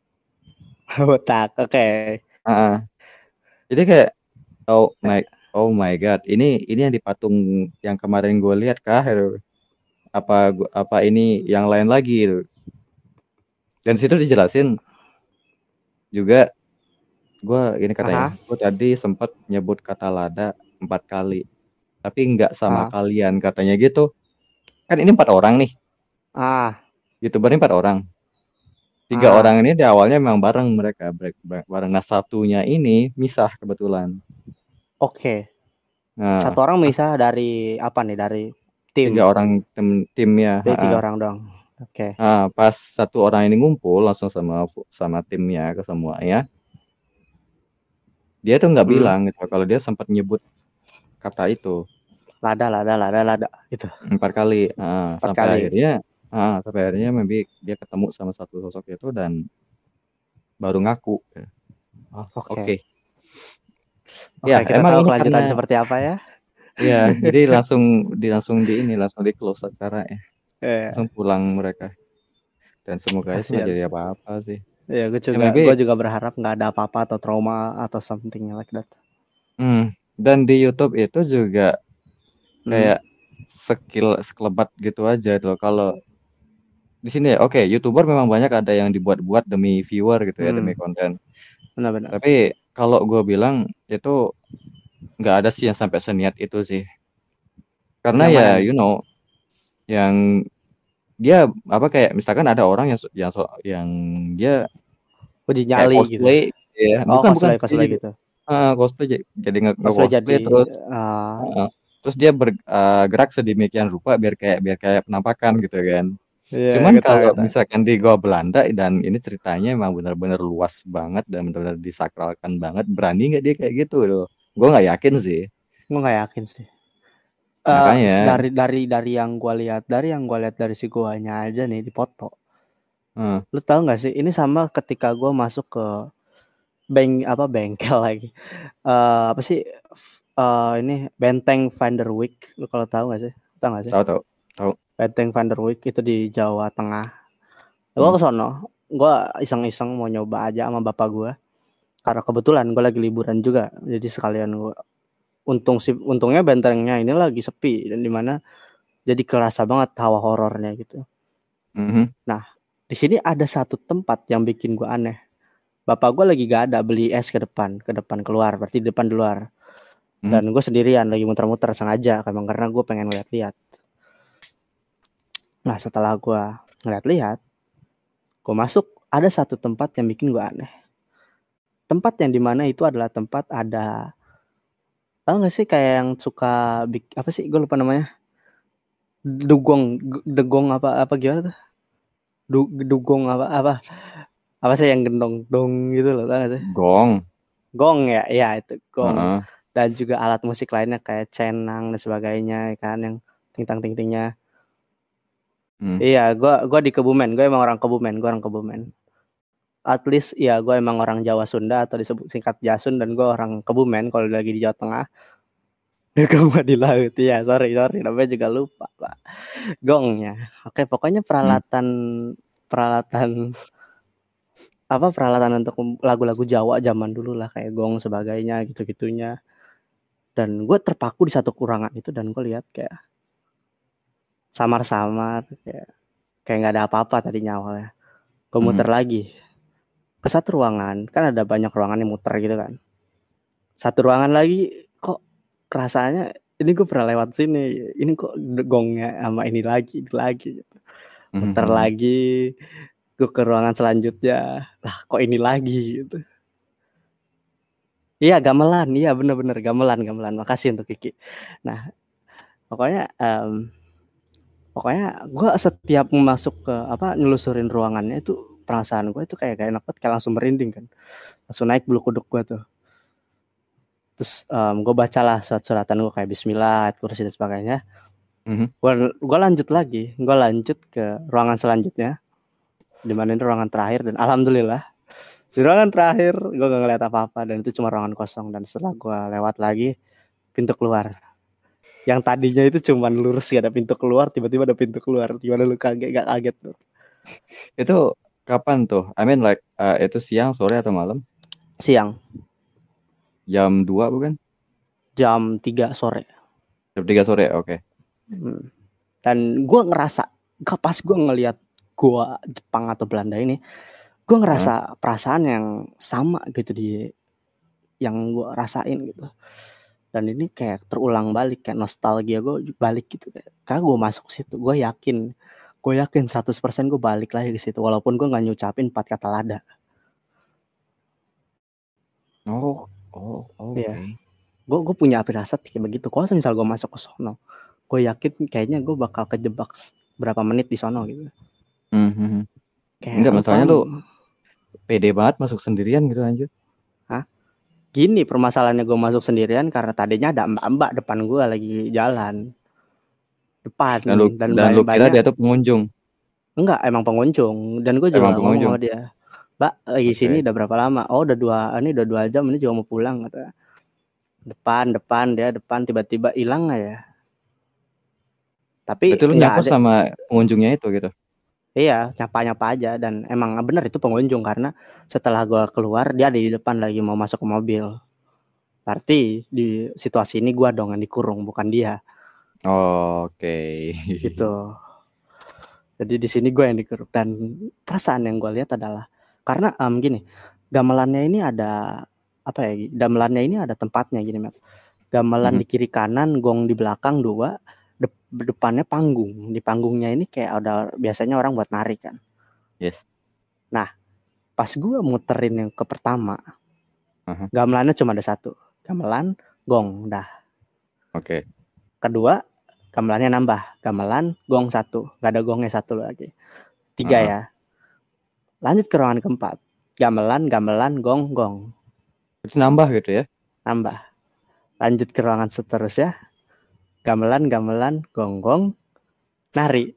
Botak, oke. Jadi kayak oh my god, ini yang di patung yang kemarin gue lihat kah? Apa ini yang lain lagi? Dan situ dijelasin juga, ini katanya, gue tadi sempat nyebut kata lada 4 kali, tapi nggak sama kalian katanya gitu. Kan ini 4 orang nih. YouTuber ini 4 orang. 3 orang ini di awalnya memang bareng mereka, bareng. Nah satunya ini misah kebetulan. Oke. Nah, satu orang misah dari apa nih? Dari tim. 3 orang timnya. Dari 3 orang dong. Oke. Nah, pas satu orang ini ngumpul langsung sama timnya ke semuanya. Dia tuh nggak bilang gitu kalau dia sempat nyebut kata itu. Lada itu. 4 kali. Sampai akhirnya maybe dia ketemu sama satu sosok itu dan baru ngaku. Oke. Ya, kita emang tahu ini kelanjutan karena seperti apa ya. Iya, jadi langsung di close acaranya. Langsung pulang mereka. Dan semoga nggak jadi apa-apa sih. Ya, gue juga berharap nggak ada apa-apa atau trauma atau something like that. Dan di YouTube itu juga kayak sekelebat gitu aja tuh. Kalau di sini oke, YouTuber memang banyak ada yang dibuat-buat demi viewer gitu ya, demi konten. Benar-benar. Tapi kalau gue bilang itu nggak ada sih yang sampai seniat itu sih. Karena yang ya yang dia kayak misalkan ada orang yang dia uji kayak nyali cosplay gitu. ya. Bukan Cosplay gitu. Cosplay jadi Cosplay nge-cosplay terus dia bergerak sedemikian rupa biar kayak penampakan gitu kan. Cuman kalau misalkan di Goa Belanda dan ini ceritanya emang benar-benar luas banget dan benar-benar disakralkan banget, berani nggak dia kayak gitu loh? Gue nggak yakin sih. Makanya dari yang gue lihat dari si guanya aja nih di foto. Lu tahu nggak sih? Ini sama ketika gue masuk ke bengkel lagi. Apa sih? Ini Benteng Vanderwyk. Lu kalau tahu nggak sih? Tahu nggak sih? Tahu. Benteng Vanderwyk itu di Jawa Tengah. Gue kesono. Gue iseng-iseng mau nyoba aja sama bapak gue. Karena kebetulan gue lagi liburan juga. Jadi sekalian gue untungnya bentengnya ini lagi sepi dan dimana jadi kerasa banget hawa horornya gitu. Nah, di sini ada satu tempat yang bikin gue aneh. Bapak gue lagi gak ada, beli es ke depan keluar, berarti di depan di luar. Dan gue sendirian lagi muter-muter sengaja karena gue pengen lihat-lihat. Nah, setelah gue ngeliat-lihat, gue masuk, ada satu tempat yang bikin gue aneh. Tempat yang dimana itu adalah tempat ada, tahu nggak sih kayak yang suka apa sih, gue lupa namanya, dugong apa gimana tuh, dugong apa sih yang gendong dong gitu loh, tahu nggak sih? Gong ya itu gong. Dan juga alat musik lainnya kayak cenang dan sebagainya kan, yang ting-ting-tingnya. Iya, gue di Kebumen, gue emang orang Kebumen. At least ya gue emang orang Jawa Sunda atau disebut singkat Jasun, dan gue orang Kebumen kalau lagi di Jawa Tengah. Gong di laut ya, sorry namanya juga lupa Pak. Gongnya. Oke, pokoknya peralatan untuk lagu-lagu Jawa zaman dulu lah, kayak gong sebagainya gitu-gitunya. Dan gue terpaku di satu ruangan itu dan gue lihat kayak samar-samar, kayak nggak ada apa-apa tadinya awalnya. Gue muter lagi ke satu ruangan, kan ada banyak ruangan yang muter gitu kan. Satu ruangan lagi kok rasanya ini gue pernah lewat sini, ini kok gongnya sama ini lagi gitu. Muter lagi, gue ke ruangan selanjutnya, lah kok ini lagi gitu. Iya gamelan, iya bener-bener gamelan. Makasih untuk Kiki. Nah pokoknya gue setiap masuk ke nyelusurin ruangannya itu, perasaan gue itu kayak gak enak banget, kayak langsung merinding kan, langsung naik bulu kuduk gue tuh. Terus gue bacalah surat-suratan gue kayak Bismillah, Ayat Kursi dan sebagainya. Gue lanjut ke ruangan selanjutnya, dimana ini ruangan terakhir, dan alhamdulillah di ruangan terakhir gue gak ngeliat apa-apa dan itu cuma ruangan kosong. Dan setelah gue lewat lagi pintu keluar, Yang tadinya itu cuman lurus gak ada pintu keluar, tiba-tiba ada pintu keluar. Gimana lu kaget? Gak kaget tuh? Itu kapan tuh? I mean like itu siang, sore atau malam? Siang, Jam 2 bukan? jam 3 sore. Jam 3 sore, oke. Hmm. Dan gue ngerasa, pas gue ngelihat gua Jepang atau Belanda ini, gue ngerasa perasaan yang sama gitu yang gue rasain gitu. Dan ini kayak terulang balik, kayak nostalgia gue balik gitu. Kayak gue masuk situ, gue yakin 100% gue balik lagi ke situ, walaupun gue nggak nyucapin 4 kata lada. Oh, oke. Iya, gue punya firasat kayak begitu. Kalau misal gue masuk ke sono, gue yakin kayaknya gue bakal kejebak berapa menit di sono gitu. Kayak Enggak, masalahnya lu pede banget masuk sendirian gitu anjir. Hah? Gini permasalahannya, gue masuk sendirian karena tadinya ada mbak-mbak depan gue lagi jalan depan, Dan lu kira banyak. dia tuh pengunjung. Enggak, emang pengunjung. Dan gue Emang juga ngomong pengunjung. sama dia, Mbak, lagi sini udah berapa lama? Oh, udah 2 jam, ini juga mau pulang kata. Depan tiba-tiba hilang aja. Tapi Berarti lu nggak nyapa ada. sama pengunjungnya itu gitu. Iya, nyapa aja, dan emang bener itu pengunjung karena setelah gue keluar dia ada di depan lagi mau masuk ke mobil. Berarti di situasi ini gue dong yang dikurung, bukan dia. Oke. Gitu. Jadi di sini gue yang dikurung, dan perasaan yang gue lihat adalah karena gini, gamelannya ini ada apa ya? Gamelannya ini ada tempatnya gini, Mas. Gamelan di kiri kanan, gong di belakang 2, depannya panggung. Di panggungnya ini kayak ada biasanya orang buat nari kan. Yes. Nah, pas gue muterin yang ke pertama, gamelannya cuma ada 1. Gamelan, gong, dah. Oke. Kedua, gamelannya nambah. Gamelan, gong 1. Gak ada gongnya 1 lagi. 3 ya. Lanjut ke ruangan keempat. Gamelan, gong, gong. Itu nambah gitu ya? Nambah. Lanjut ke ruangan seterusnya. Gamelan, gong, gong. Nari.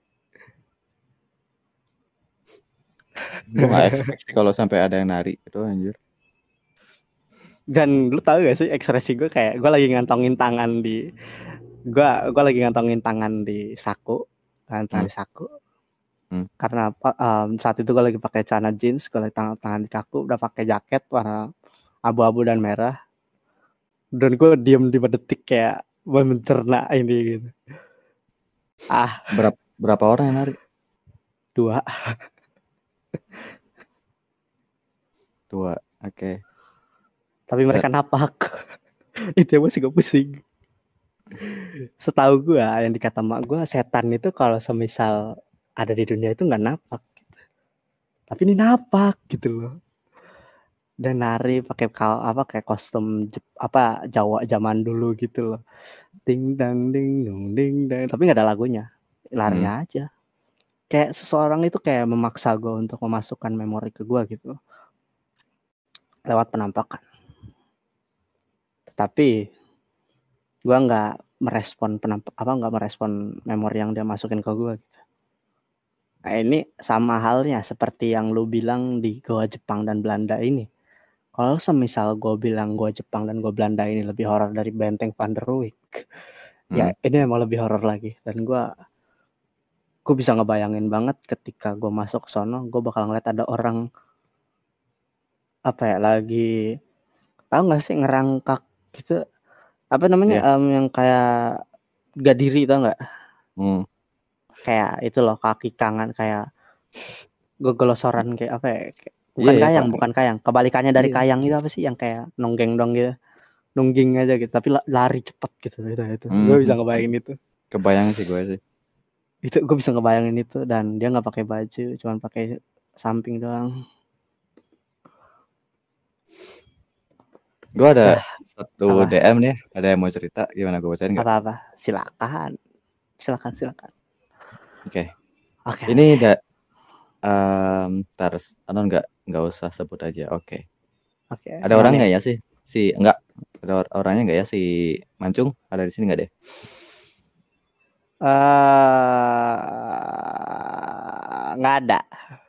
Gue gak expect kalau sampai ada yang nari gitu anjir. Dan lu tahu gak sih ekspresi gue, kayak gue lagi ngantongin tangan di gue lagi ngantongin tangan di saku, tangan di saku. Karena saat itu gue lagi pakai celana jeans, gue lagi tangan di saku, udah pakai jaket warna abu-abu dan merah. Dan gue diem 5 detik kayak mencerna ini gitu. Berapa orang yang nari? 2. 2, oke. Tapi mereka napak. Itu yang masih gue pusing. Setahu gue, yang dikata mak gue, setan itu kalau semisal ada di dunia itu nggak napak gitu. Tapi ini napak gitu loh. Dan nari pakai kayak kostum Jawa zaman dulu gitu loh. Ding dang ding dong ding dang, tapi nggak ada lagunya. Larinya aja. Kayak seseorang itu kayak memaksa gue untuk memasukkan memori ke gue gitu. Lewat penampakan. Tetapi gue nggak merespon memori yang dia masukin ke gue gitu. Nah, ini sama halnya seperti yang lu bilang di Goa Jepang dan Belanda ini. Kalau semisal gue bilang Goa Jepang dan Goa Belanda ini lebih horor dari Benteng Van der Wijk, ya ini emang lebih horor lagi. Dan gue bisa ngebayangin banget ketika gue masuk sono, gue bakal ngeliat ada orang lagi, tahu nggak sih, ngerangkak gitu, apa namanya, yang kayak gak diri, tau nggak? Kayak itu loh, kaki kangen kayak gogolosoran, kayak apa ya, kayak, bukan kayang, kebalikannya dari kayang itu apa sih, yang kayak nonggeng dong gitu, nungging aja gitu, tapi lari cepet gitu. Gue bisa ngebayangin itu. Kebayang sih gue sih. Itu gue bisa ngebayangin itu, dan dia nggak pakai baju, cuman pakai samping doang. Gue ada satu DM nih, ada yang mau cerita, gimana, gue bacain nggak? Apa? Silakan. Oke. Ini terus, anon nggak usah sebut aja. Oke. Ada orang nggak ya sih? Enggak. Ada orangnya nggak ya si Mancung? Ada di sini nggak deh? Nggak ada.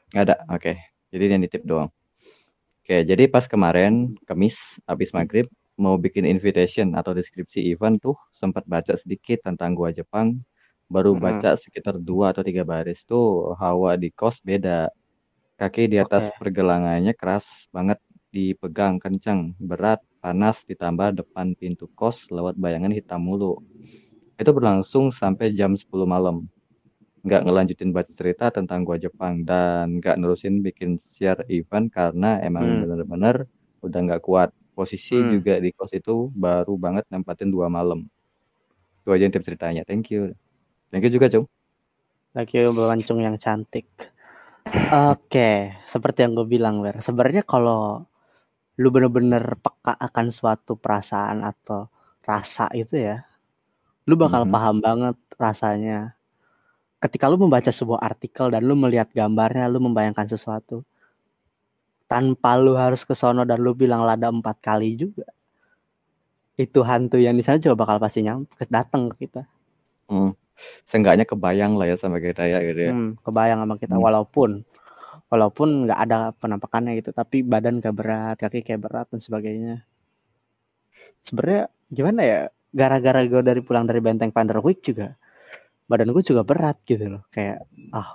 Oke. Jadi dia nitip doang. Oke, jadi pas kemarin Kamis habis maghrib, mau bikin invitation atau deskripsi event tuh sempat baca sedikit tentang Goa Jepang, baru baca sekitar 2 atau 3 baris tuh hawa di kos beda. Kaki di atas Oke. pergelangannya keras banget, dipegang kencang, berat, panas, ditambah depan pintu kos lewat bayangan hitam mulu. Itu berlangsung sampai jam 10 malam. Nggak ngelanjutin baca cerita tentang Goa Jepang dan nggak nerusin bikin share event karena emang bener-bener udah nggak kuat. Posisi juga di kos itu baru banget nempatin 2 malam. Itu aja intip ceritanya. Thank you. Thank you juga, Cung. Thank you Bawancung yang cantik. Oke, seperti yang gue bilang, Wer. Sebenarnya kalau lu bener-bener peka akan suatu perasaan atau rasa itu ya, lu bakal paham banget rasanya. Ketika lu membaca sebuah artikel dan lu melihat gambarnya, lu membayangkan sesuatu. Tanpa lu harus ke sono dan lu bilang lada 4 kali juga. Itu hantu yang di sana juga bakal pasti datang ke kita. Seenggaknya kebayang lah ya sama kita ya gitu ya. Kebayang sama kita walaupun nggak ada penampakannya gitu, tapi badan kayak berat, kaki kayak berat dan sebagainya. Sebenarnya gimana ya, gara-gara gue pulang dari Benteng Vanderwyk juga badan gue juga berat gitu loh, kayak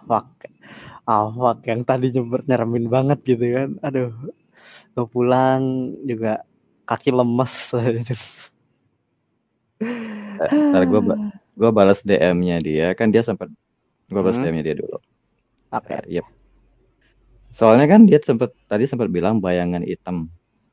fuck yang tadi nyeremin banget gitu kan, aduh gue pulang juga kaki lemes. Ntar gue balas DM-nya dia, kan dia sempat gue balas DM-nya dia dulu. Oke. Yep. Soalnya kan dia tadi sempat bilang bayangan hitam.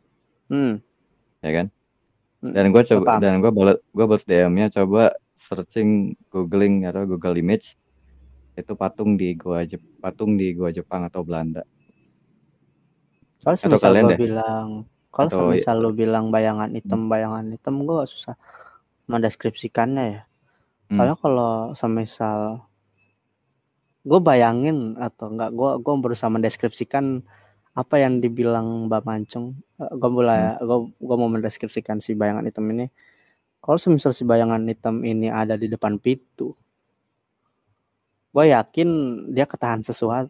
Ya kan? Dan gue balas DM-nya, coba searching googling atau Google Image itu patung di Goa Jepang atau Belanda. Kalau semisal gue bilang, kalau semisal lu bilang bayangan hitam, gue gak susah mendeskripsikannya ya. Soalnya kalau semisal gue bayangin atau enggak, gue berusaha mendeskripsikan apa yang dibilang Mbak Mancung. Gue mau mendeskripsikan si bayangan hitam ini. Kalau semisal si bayangan hitam ini ada di depan pintu, gue yakin dia ketahan sesuatu.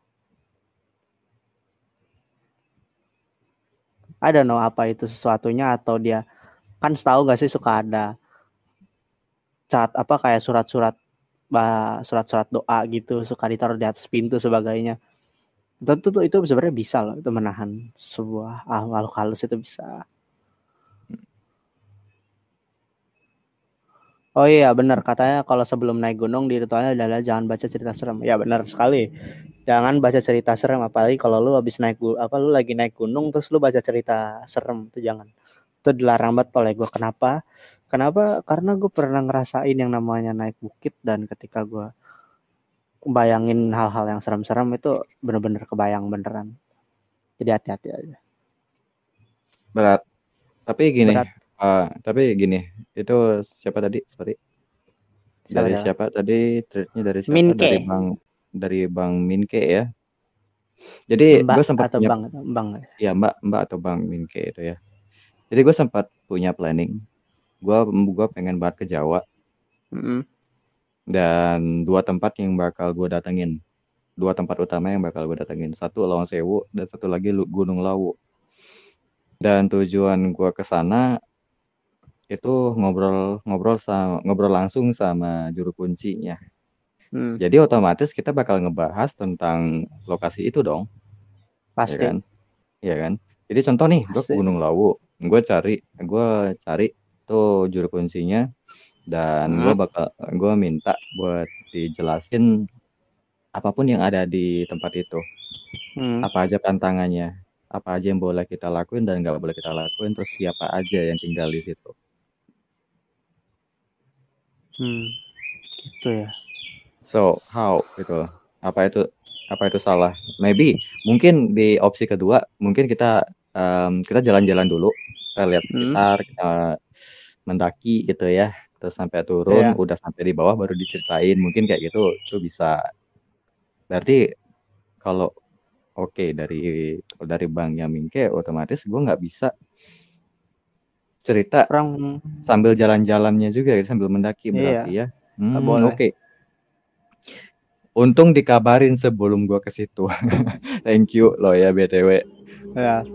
I don't know apa itu sesuatunya, atau dia kan tahu gak sih suka ada kayak surat-surat doa gitu suka ditaruh di atas pintu sebagainya. Tentu tuh itu sebenarnya bisa loh, itu menahan sebuah makhluk halus, itu bisa. Oh iya benar, katanya kalau sebelum naik gunung di ritualnya adalah jangan baca cerita serem. Ya benar sekali. Jangan baca cerita serem, apalagi kalau lu habis lu lagi naik gunung terus lu baca cerita serem, itu jangan. Itu dilarang banget oleh gue. Kenapa? Karena gue pernah ngerasain yang namanya naik bukit, dan ketika gue bayangin hal-hal yang serem-serem itu bener-bener kebayang beneran. Jadi hati-hati aja. Berat. Tapi gini, itu siapa tadi? Sorry. Siapa tadi? Tweetnya dari siapa? Minke. Dari Bang Minke ya. Jadi gue sempat punya Bang. Ya Mbak atau Bang Minke itu ya. Jadi gue sempat punya planning. Gue pengen banget ke Jawa. Dan 2 tempat yang bakal gue datengin. 2 tempat utama yang bakal gue datengin. Satu Lawang Sewu dan satu lagi Gunung Lawu. Dan tujuan gue ke sana itu ngobrol langsung sama juru kuncinya. Jadi otomatis kita bakal ngebahas tentang lokasi itu dong. Pasti. Iya kan? Jadi contoh nih, gue ke Gunung Lawu, gue cari tuh juru kuncinya, dan gue minta buat dijelasin apapun yang ada di tempat itu. Apa aja tantangannya, apa aja yang boleh kita lakuin dan nggak boleh kita lakuin, terus siapa aja yang tinggal di situ. Gitu ya. So how gitu? Apa itu salah? Mungkin di opsi kedua mungkin kita jalan-jalan dulu, kita lihat sekitar, kita mendaki gitu ya, terus sampai turun, udah sampai di bawah baru diceritain, mungkin kayak gitu, itu bisa. Berarti kalau dari Bangnya Minke, otomatis gue nggak bisa cerita sambil jalan-jalannya juga ya, sambil mendaki berarti ya. Oke. Untung dikabarin sebelum gue ke situ. Thank you lo ya BTW. Ya,